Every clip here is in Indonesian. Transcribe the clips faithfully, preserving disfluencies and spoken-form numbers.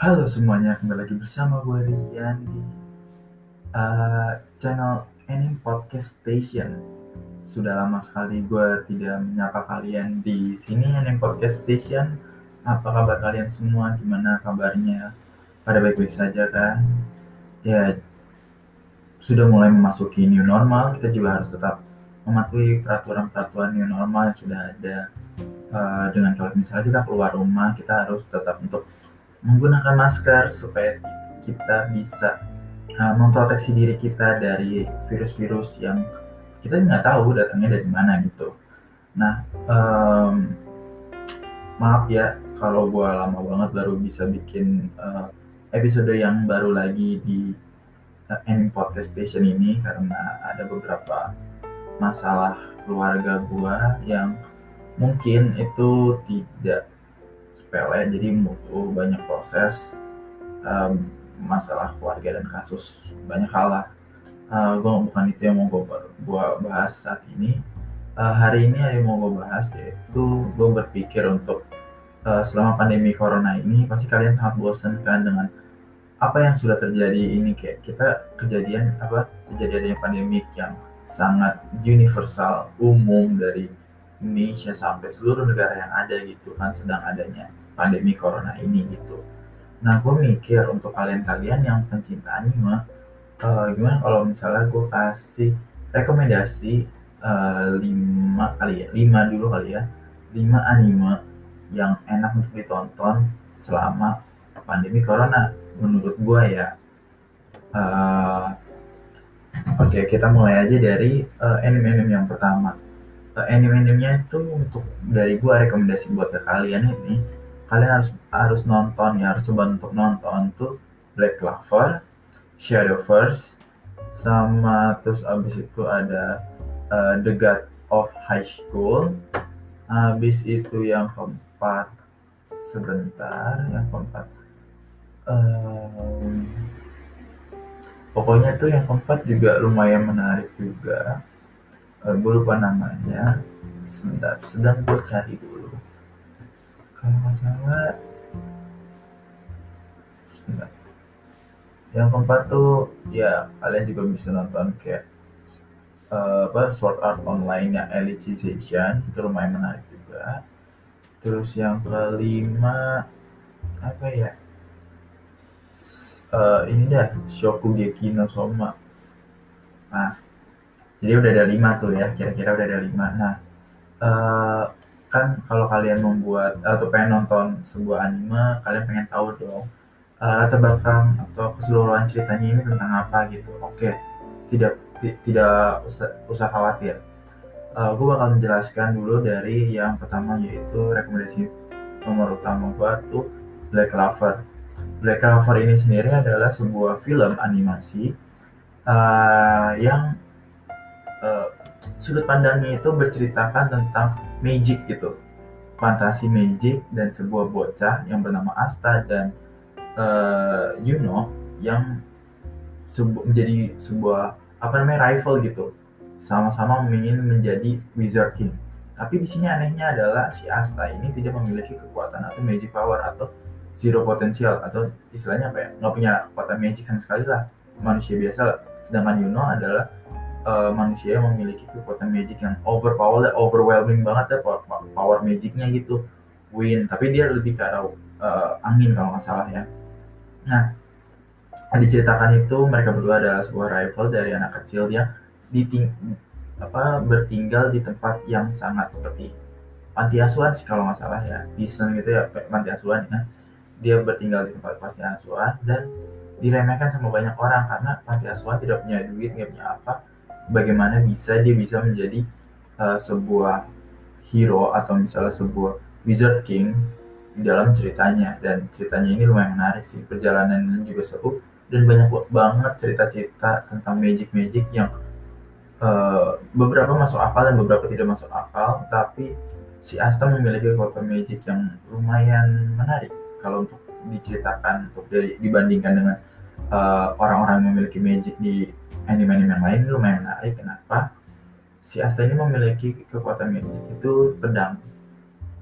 Halo semuanya, kembali lagi bersama gue Rian di uh, channel Anime Podcast Station. Sudah lama sekali gue tidak menyapa kalian di sini Anime Podcast Station. Apa kabar kalian semua? Gimana kabarnya? Pada baik-baik saja kan? Ya, sudah mulai memasuki new normal. Kita juga harus tetap mematuhi peraturan-peraturan new normal yang sudah ada. Uh, dengan kalau misalnya kita keluar rumah, kita harus tetap untuk menggunakan masker supaya kita bisa uh, memproteksi diri kita dari virus-virus yang kita nggak tahu datangnya dari mana gitu. Nah, um, maaf ya kalau gue lama banget baru bisa bikin uh, episode yang baru lagi di uh, Anime Podcast Station ini karena ada beberapa masalah keluarga gue yang mungkin itu tidak sepele, jadi butuh banyak proses, um, masalah keluarga dan kasus banyak hal lah. Uh, gue bukan itu yang mau gue gua bahas saat ini. Uh, hari ini yang mau gue bahas yaitu gue berpikir untuk uh, selama pandemi corona ini pasti kalian sangat bosan kan dengan apa yang sudah terjadi ini, kayak kita kejadian apa kejadiannya pandemik yang sangat universal umum dari Indonesia sampai seluruh negara yang ada gitu kan, sedang adanya pandemi corona ini gitu. Nah, gue mikir untuk kalian-kalian yang pencinta anime, uh, gimana kalau misalnya gue kasih rekomendasi uh, lima kali ya, lima dulu kali ya, lima anime yang enak untuk ditonton selama pandemi corona. Menurut gue ya, uh, oke okay, kita mulai aja dari uh, anime-anime yang pertama. Uh, anime-animenya itu untuk dari gue rekomendasi buat ke kalian ini, kalian harus harus nonton ya, harus coba untuk nonton tuh Black Clover, Shadowverse, sama terus abis itu ada uh, The God of High School. Abis itu yang keempat, sebentar, yang keempat, um, pokoknya tuh yang keempat juga lumayan menarik juga. Uh, gue lupa namanya. Sebentar, sedang gue cari dulu. Kalau nggak salah, sebentar. Yang keempat tuh ya kalian juga bisa nonton kayak uh, apa Sword Art Online ya, Alicization, itu lumayan menarik juga. Terus yang kelima apa ya? Uh, ini dah Shokugeki no Soma. Nah, jadi udah ada lima tuh ya, kira-kira udah ada lima. Nah, uh, kan kalau kalian membuat atau pengen nonton sebuah anime, kalian pengen tahu dong uh, latar belakang atau keseluruhan ceritanya ini tentang apa gitu. Oke, tidak ti- tidak usah, usah khawatir. Uh, gue bakal menjelaskan dulu dari yang pertama, yaitu rekomendasi nomor utama gue tuh Black Clover. Black Clover ini sendiri adalah sebuah film animasi uh, yang uh, sudut pandangnya itu berceritakan tentang magic gitu, fantasi magic, dan sebuah bocah yang bernama Asta dan uh, Yuno yang sebu- menjadi sebuah apa namanya rival gitu, sama-sama ingin menjadi Wizard King. Tapi di sini anehnya adalah si Asta ini tidak memiliki kekuatan atau magic power atau zero potensial, atau istilahnya apa ya, nggak punya kekuatan magic sama sekali lah, manusia biasa lah. Sedangkan Yuno adalah uh, manusia yang memiliki kekuatan magic yang overpower, overwhelming banget ya, power, power magicnya gitu, win. Tapi dia lebih ke arah uh, angin kalau nggak salah ya. Nah, diceritakan itu mereka berdua adalah sebuah rival dari anak kecil yang diting apa bertinggal di tempat yang sangat seperti panti asuhan sih kalau nggak salah ya, Disen gitu ya, panti asuhan ya. Dia bertinggal di tempat panti asuhan dan diremehkan sama banyak orang karena panti asuhan tidak punya duit, nggak punya apa. Bagaimana bisa dia bisa menjadi uh, sebuah hero atau misalnya sebuah Wizard King di dalam ceritanya. Dan ceritanya ini lumayan menarik sih, perjalanannya juga seru dan banyak banget cerita-cerita tentang magic-magic yang uh, beberapa masuk akal dan beberapa tidak masuk akal, tapi si Asta memiliki kekuatan magic yang lumayan menarik kalau untuk diceritakan, untuk dari, dibandingkan dengan uh, orang-orang yang memiliki magic di anime-anime yang lain. Ini lumayan menarik. Kenapa? Si Asta ini memiliki kekuatan magic itu pedang.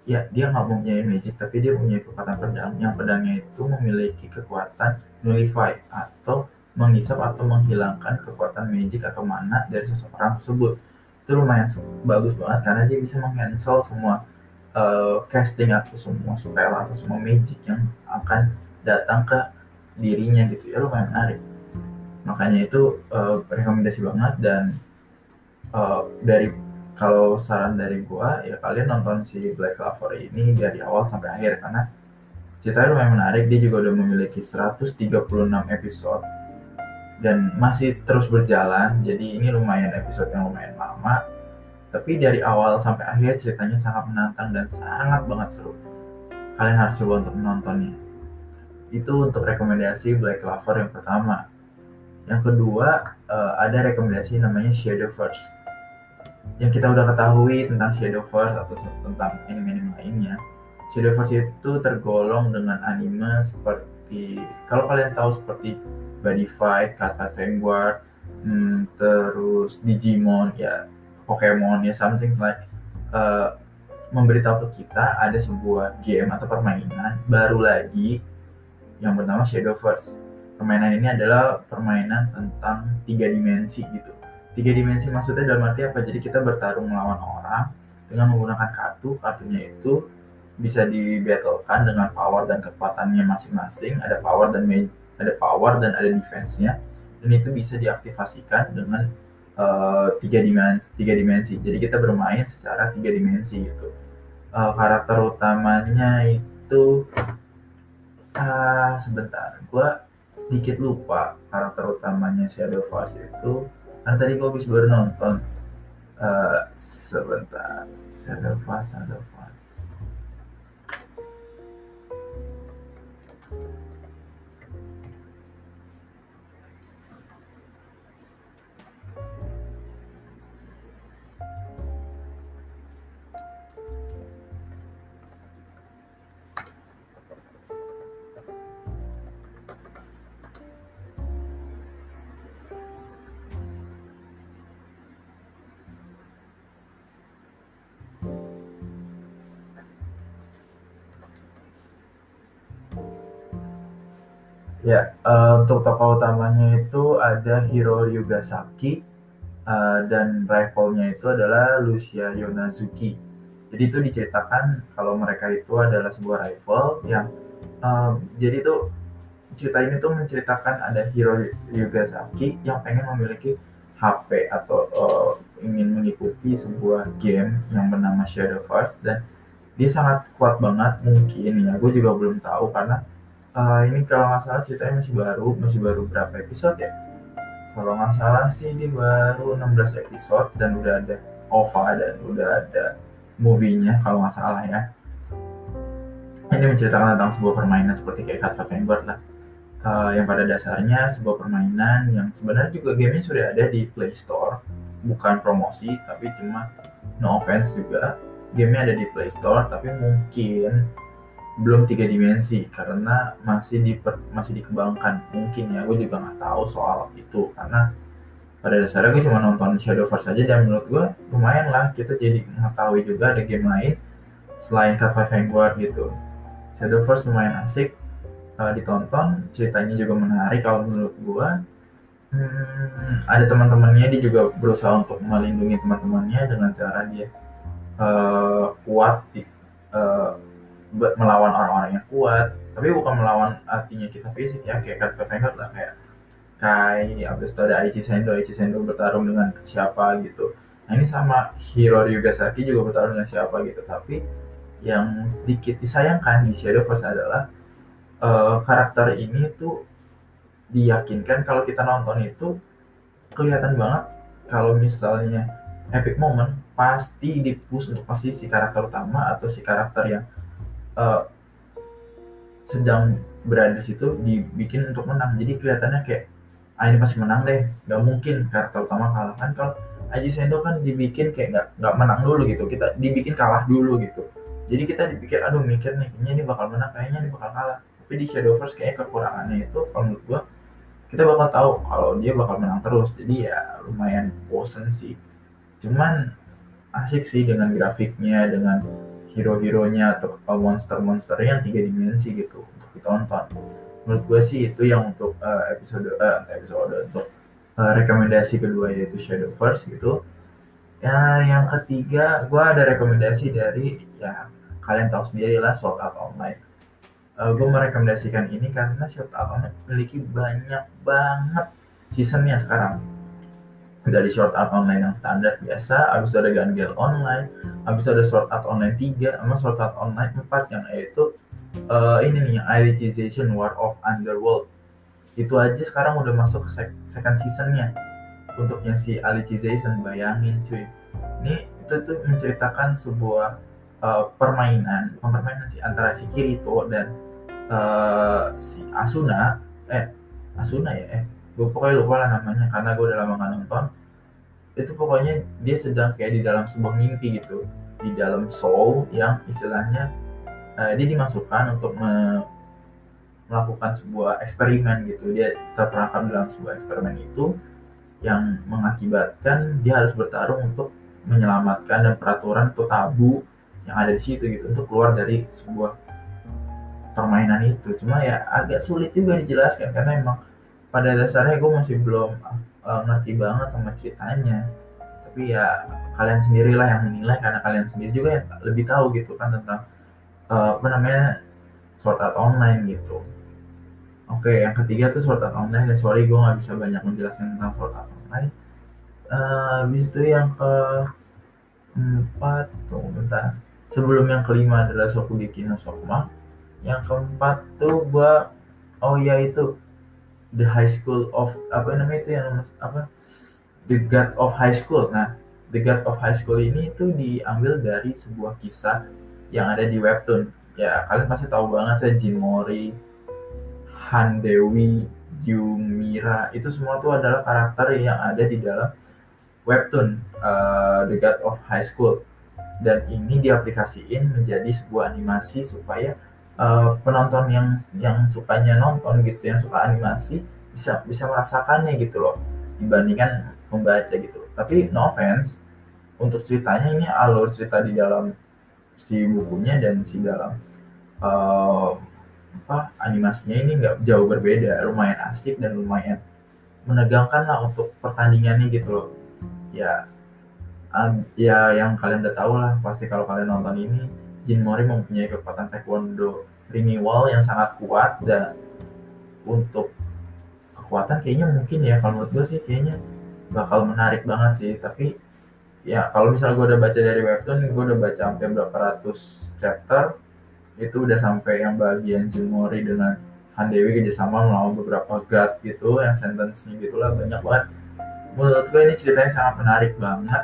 ya dia nggak mempunyai magic, tapi dia punya kekuatan pedang, yang pedangnya itu memiliki kekuatan nullify atau menghisap atau menghilangkan kekuatan magic atau mana dari seseorang tersebut. Itu lumayan bagus banget karena dia bisa meng-cancel semua uh, casting atau semua spell atau semua magic yang akan datang ke dirinya gitu ya, lumayan menarik. Makanya itu uh, rekomendasi banget. Dan uh, dari kalau saran dari gua ya kalian nonton si Black Clover ini dari awal sampai akhir karena ceritanya lumayan menarik. Dia juga udah memiliki seratus tiga puluh enam episode dan masih terus berjalan, jadi ini lumayan episode yang lumayan lama, tapi dari awal sampai akhir ceritanya sangat menantang dan sangat banget seru. Kalian harus coba untuk menontonnya. Itu untuk rekomendasi Black Clover yang pertama. Yang kedua, uh, ada rekomendasi namanya Shadowverse. Yang kita udah ketahui tentang Shadowverse atau tentang anime-anime lainnya, Shadowverse itu tergolong dengan anime seperti, kalau kalian tahu, seperti Body Fight, Cardcaptor Vanguard, hmm, terus Digimon, ya Pokemon, ya something like uh, memberitahu ke kita ada sebuah game atau permainan baru lagi yang bernama Shadowverse. Permainan ini adalah permainan tentang tiga dimensi gitu. Tiga dimensi maksudnya dalam arti apa? Jadi kita bertarung melawan orang dengan menggunakan kartu. Kartunya itu bisa dibattlekan dengan power dan kekuatannya masing-masing. Ada power dan mag- ada power dan ada defense-nya. Dan itu bisa diaktifasikan dengan uh, tiga dimensi. Tiga dimensi. Jadi kita bermain secara tiga dimensi gitu. Uh, karakter utamanya itu Ah, sebentar, gua sedikit lupa karakter utamanya Shadowverse itu. Karena tadi gua habis baru nonton. Eh, sebentar, Shadowverse, Shadowverse. Ya, eh, untuk tokoh utamanya itu ada Hiro Ryugasaki, eh, dan rivalnya itu adalah Lucia Yonazuki. Jadi itu diceritakan kalau mereka itu adalah sebuah rival yang, eh, jadi itu cerita ini tuh menceritakan ada Hiro Ryugasaki yang pengen memiliki H P atau uh, ingin mengikuti sebuah game yang bernama Shadowverse, dan dia sangat kuat banget. Mungkin ya, gue juga belum tahu karena uh, ini kalau nggak salah ceritanya masih baru, masih baru berapa episode ya? Kalau nggak salah sih dia baru enam belas episode dan udah ada O V A dan udah ada movie-nya kalau nggak salah ya. Ini menceritakan tentang sebuah permainan seperti kayak Cardcaptor Vanguard lah. Uh, yang pada dasarnya sebuah permainan yang sebenarnya juga gamenya sudah ada di Play Store, bukan promosi tapi cuma no offense juga, gamenya ada di Play Store tapi mungkin belum tiga dimensi karena masih di masih dikembangkan mungkin ya, gue juga nggak tahu soal itu karena pada dasarnya gue cuma nonton Shadowverse aja dan menurut gue lumayan lah, kita jadi mengetahui juga ada game lain selain Cardcaptor Vanguard gitu. Shadowverse lumayan asik uh, ditonton, ceritanya juga menarik kalau menurut gua. Hmm, ada teman-temannya, dia juga berusaha untuk melindungi teman-temannya dengan cara dia uh, kuat di, uh, melawan orang-orang yang kuat, tapi bukan melawan artinya kita fisik ya, kayak Cardcaptor Vanguard lah, kayak Kai, habis itu ada Aichi Sendo, Aichi Sendo bertarung dengan siapa gitu. Nah ini sama Hiro Ryugasaki juga bertarung dengan siapa gitu, tapi yang sedikit disayangkan di Shadowverse adalah uh, karakter ini tuh diyakinkan kalau kita nonton itu kelihatan banget kalau misalnya epic moment pasti di-push untuk pasti si karakter utama atau si karakter yang uh, sedang berada di situ dibikin untuk menang. Jadi kelihatannya kayak ah ini pasti menang deh, nggak mungkin karakter utama kalah. Kan kalau Aji Sendo kan dibikin kayak nggak nggak menang dulu gitu, kita dibikin kalah dulu gitu. Jadi kita dipikir aduh mikir nih kayaknya ini bakal menang, kayaknya ini bakal kalah. Tapi di Shadowverse kayaknya kekurangannya itu kalau menurut gua kita bakal tahu kalau dia bakal menang terus, jadi ya lumayan bosen sih. Cuman asik sih dengan grafiknya, dengan hero-heronya atau monster-monsternya yang tiga dimensi gitu untuk ditonton. Menurut gue sih itu yang untuk uh, episode uh, episode untuk uh, rekomendasi kedua yaitu Shadowverse gitu. Ya yang ketiga gue ada rekomendasi dari ya kalian tahu sendiri lah Sword Art Online. Uh, gue merekomendasikan ini karena Sword Art Online memiliki banyak banget seasonnya sekarang. Dari Sword Art Online yang standar biasa, habis itu ada Gun Gale Online, habis itu ada Sword Art Online tiga, sama Sword Art Online empat yang yaitu uh, ini nih yang Alicization War of Underworld. Itu aja sekarang udah masuk ke sec- second seasonnya untuk yang si Alicization, bayangin cuy. Ini itu tuh menceritakan sebuah uh, permainan, bukan permainan sih, antara si Kirito dan uh, si Asuna, eh Asuna ya, eh gue pokoknya lupa lah namanya karena gue udah lama gak nonton. Itu pokoknya dia sedang kayak di dalam sebuah mimpi gitu, di dalam soul yang istilahnya uh, dia dimasukkan untuk me- melakukan sebuah eksperimen gitu. Dia terperangkap dalam sebuah eksperimen itu yang mengakibatkan dia harus bertarung untuk menyelamatkan dan peraturan atau tabu yang ada di situ gitu untuk keluar dari sebuah permainan itu. Cuma ya agak sulit juga dijelaskan karena emang pada dasarnya gue masih belum uh, ngerti banget sama ceritanya. Tapi ya kalian sendirilah yang menilai karena kalian sendiri juga yang lebih tahu gitu kan tentang uh, apa namanya Sword Art Online gitu. Oke, yang ketiga tuh Sword Art Online. Ya sorry gue nggak bisa banyak menjelaskan tentang Sword Art Online. Uh, habis itu yang keempat tuh bentar. Sebelum yang kelima adalah Shokugeki no Soma. Yang keempat tuh gue oh ya itu The High School of apa namanya itu yang apa The God of High School. Nah, The God of High School ini tuh diambil dari sebuah kisah yang ada di webtoon. Ya, kalian pasti tahu banget saya Jin Mori, Han Dewi, Yumira, itu semua tuh adalah karakter yang ada di dalam webtoon uh, The God of High School. Dan ini diaplikasiin menjadi sebuah animasi supaya uh, penonton yang yang sukanya nonton gitu, yang suka animasi bisa bisa merasakannya gitu loh dibandingkan membaca gitu. Tapi no offense, untuk ceritanya ini alur cerita di dalam si bukunya dan si dalam uh, apa animasinya ini nggak jauh berbeda, lumayan asik dan lumayan menegangkan lah untuk pertandingannya gitu loh. Ya uh, ya yang kalian udah tahu lah pasti kalau kalian nonton ini, Jin Mori mempunyai kekuatan taekwondo Riniwal yang sangat kuat. Dan untuk kekuatan kayaknya mungkin ya kalau menurut gue sih kayaknya bakal menarik banget sih. Tapi ya kalau misalnya gue udah baca dari webtoon, gue udah baca sampai berapa ratus chapter, itu udah sampai yang bagian Jin Mori dengan Han Dewi kerjasama melawan beberapa god gitu, yang sentence-nya gitulah banyak banget. Menurut gue ini ceritanya sangat menarik banget,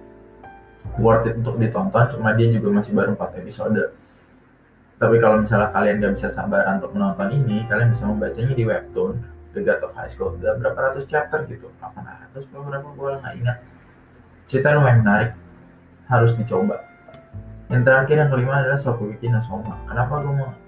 worth it untuk ditonton. Cuma dia juga masih baru empat episode. Tapi kalau misalnya kalian gak bisa sabar untuk menonton ini, kalian bisa membacanya di webtoon The God of High School. Udah berapa ratus chapter gitu, delapan ratus berapa gue nggak ingat. Cerita lumayan menarik, harus dicoba. Yang terakhir yang kelima adalah Shokugeki no Soma. Kenapa gue mau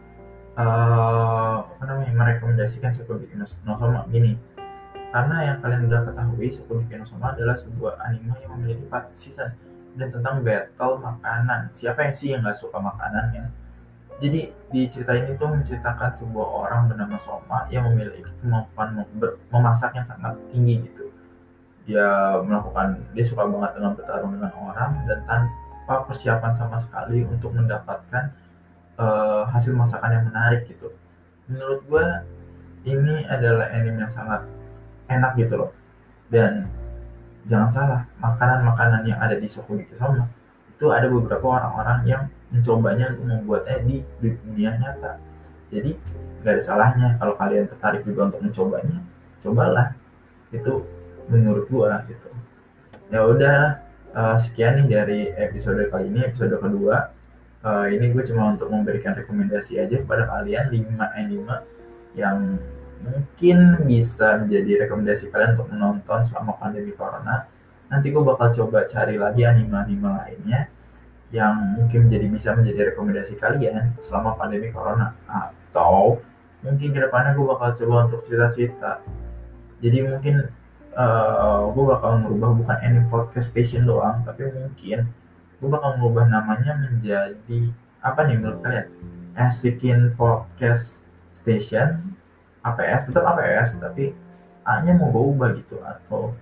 uh, apa namanya merekomendasikan Shokugeki no Soma gini? Karena yang kalian udah ketahui, Shokugeki no Soma adalah sebuah anime yang memiliki empat season dan tentang battle makanan. Siapa yang sih yang nggak suka makanannya? Jadi di cerita ini tuh menceritakan sebuah orang bernama Soma yang memiliki kemampuan memasak yang sangat tinggi gitu. Dia melakukan, dia suka banget dengan bertarung dengan orang dan tanpa persiapan sama sekali untuk mendapatkan uh, hasil masakan yang menarik gitu. Menurut gue ini adalah anime yang sangat enak gitu loh. Dan jangan salah, makanan-makanan yang ada di Shokugeki Soma itu ada beberapa orang-orang yang mencobanya untuk membuatnya di, di dunia nyata. Jadi gak ada salahnya kalau kalian tertarik juga untuk mencobanya, cobalah. Itu menurut gua gitu. Ya udah, uh, sekian nih dari episode kali ini, episode kedua. Uh, ini gue cuma untuk memberikan rekomendasi aja kepada kalian lima anime yang mungkin bisa menjadi rekomendasi kalian untuk menonton selama pandemi corona. Nanti gue bakal coba cari lagi anime-anime lainnya yang mungkin menjadi bisa menjadi rekomendasi kalian selama pandemi corona, atau mungkin kedepannya gue bakal coba untuk cerita-cerita. Jadi mungkin uh, gue bakal merubah bukan anime podcast station doang, tapi mungkin gue bakal mengubah namanya menjadi apa nih menurut kalian? Asikin Podcast Station, A P S, tetap A P S tapi A-nya mau gue ubah gitu, atau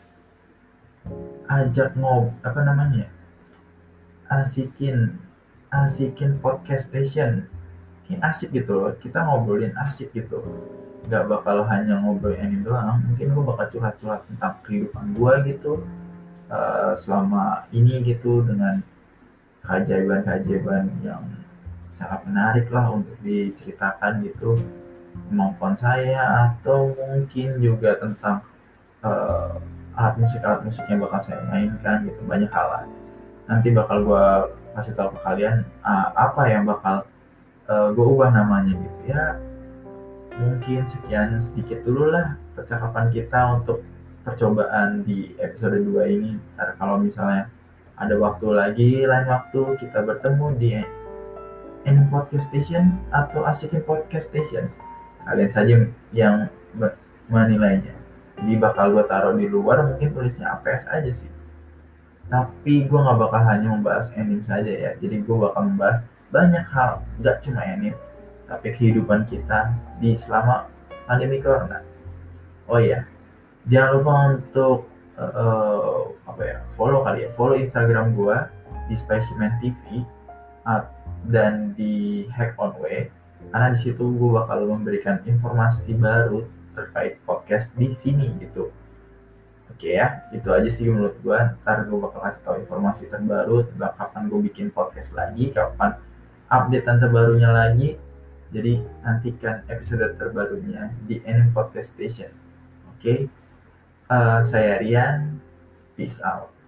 ajak ngob apa namanya ya, asikin asikin podcast station. Kayak asik gitu loh, kita ngobrolin asik gitu, nggak bakal hanya ngobrolin anime doang. Mungkin gue bakal curhat-curhat tentang kehidupan gue gitu, uh, selama ini gitu, dengan keajaiban-keajaiban yang sangat menarik lah untuk diceritakan gitu, kemampuan saya, atau mungkin juga tentang uh, alat musik alat musik yang bakal saya mainkan gitu, banyak hal lah. Nanti bakal gue kasih tahu ke kalian uh, apa yang bakal uh, gue ubah namanya gitu ya. Mungkin sekian sedikit dulu lah percakapan kita untuk percobaan di episode dua ini. Ntar kalau misalnya ada waktu lagi, lain waktu kita bertemu di Any Podcast Station atau Asikin Podcast Station, kalian saja yang menilainya. Jadi bakal gue taruh di luar, mungkin tulisnya A P S aja sih. Tapi gue gak bakal hanya membahas anime saja ya. Jadi gue bakal membahas banyak hal, gak cuma anime, tapi kehidupan kita di selama pandemi corona. Oh iya, jangan lupa untuk uh, apa ya, follow kali ya, follow Instagram gue di Specimen T V uh, dan di Hack On Way, karena di situ gue bakal memberikan informasi baru terkait podcast di sini gitu. Oke ya, itu aja sih menurut gue. Ntar gue bakal kasih tahu informasi terbaru tentang kapan gue bikin podcast lagi, kapan updatean terbarunya lagi. Jadi nantikan episode terbarunya di Anime Podcast Station. Oke, uh, saya Rian, peace out.